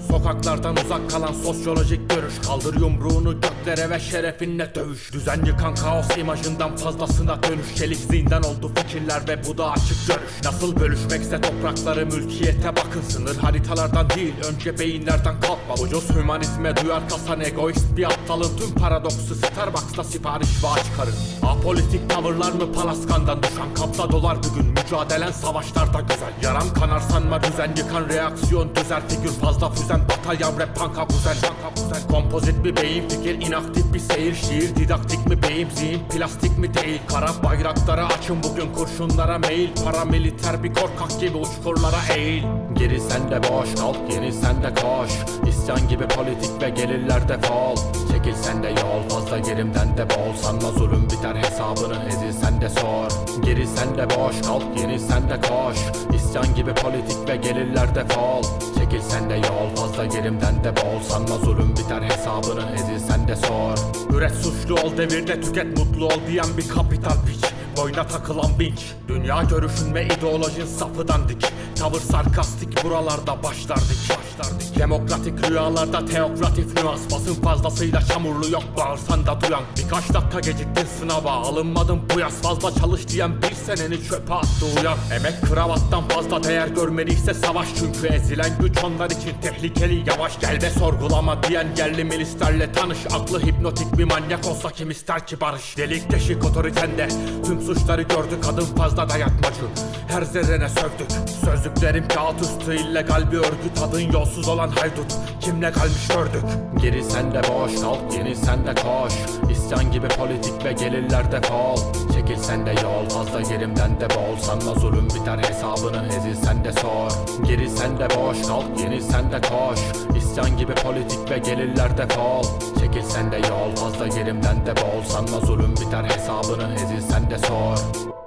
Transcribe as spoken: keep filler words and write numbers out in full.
Sokaklardan uzak kalan sosyolojik görüş. Kaldır yumruğunu göklere ve şerefinle dövüş. Düzen yıkan kaos imajından fazlasına dönüş. Çelik zindan oldu fikirler ve bu da açık görüş. Nasıl bölüşmekse toprakları mülkiyete bakın. Sınır haritalardan değil önce beyinlerden kalkmalı. Ucuz hümanizme duyar kasan egoist bir aptalın tüm paradoksu Starbucks'ta sipariş vaat çıkarır. Apolitik tavırlar mı palaskandan düşen kapta dolar bugün. Mücadelen savaşlarda güzel. Yaram kanar sanma düzen yıkan reaksiyon düzer figür fazla füzen batalyan rap panka kuzen. Kompozit bir beyin fikir inaktif bir seyir şiir didaktik mi beyim zihin plastik mi değil. Kara bayraklara açın bugün kurşunlara meyil. Paramiliter bir korkak gibi uçkurlara eğil. Geri sende boş kalk yeni sende koş. İsyan gibi politik ve gelirlerde fol. Çekil sende yol fazla gerimden de bol. Sanma zulüm biter hesabını ezil sende sor. Geri sende boş kalk yeni sende koş. İsyan gibi politik ve gelirlerde fol. Çekil sende yol fazla gerimden de bol. Sanma zulüm biter hesabını ezil sende sor. Üret suçlu ol devirde tüket mutlu ol diyen bir kapital piç. Boyuna takılan binç. Dünya görüşün ve ideolojin safıdan dik. Tavır sarkastik buralarda başlar dik. Demokratik rüyalarda teokratif nüans. Basın fazlasıyla çamurlu yok bağırsan da duyan. Birkaç dakika geciktin sınava alınmadın bu yaz. Fazla çalış diyen bir seneni çöpe attı uyan. Emek kravattan fazla değer görmeliyse savaş. Çünkü ezilen güç onlar için tehlikeli yavaş. Gel ve sorgulama diyen yerli milislerle tanış. Aklı hipnotik bir manyak olsa kim ister ki barış. Delik deşik otoritende tüm suçları gördük kadın fazla dayatmacı. Her zerrene sövdük. Sözlüklerim kağıt üstü illegal bir örgüt. Adın yolsuz olan haydut kimle kalmış gördük. Geri sende boş kalk yeni sende koş. İsyan gibi politik ve gelirlerde fol. Çekil sende yol fazla gerimden de bol. Sanma zulüm biter hesabını ezil sende sor. Geri sende boş kalk yeni sende koş. İsyan gibi politik ve gelirlerde fol. Çekil sende yol fazla gerimden de bol. Sanma zulüm biter hesabını ezil sende sor.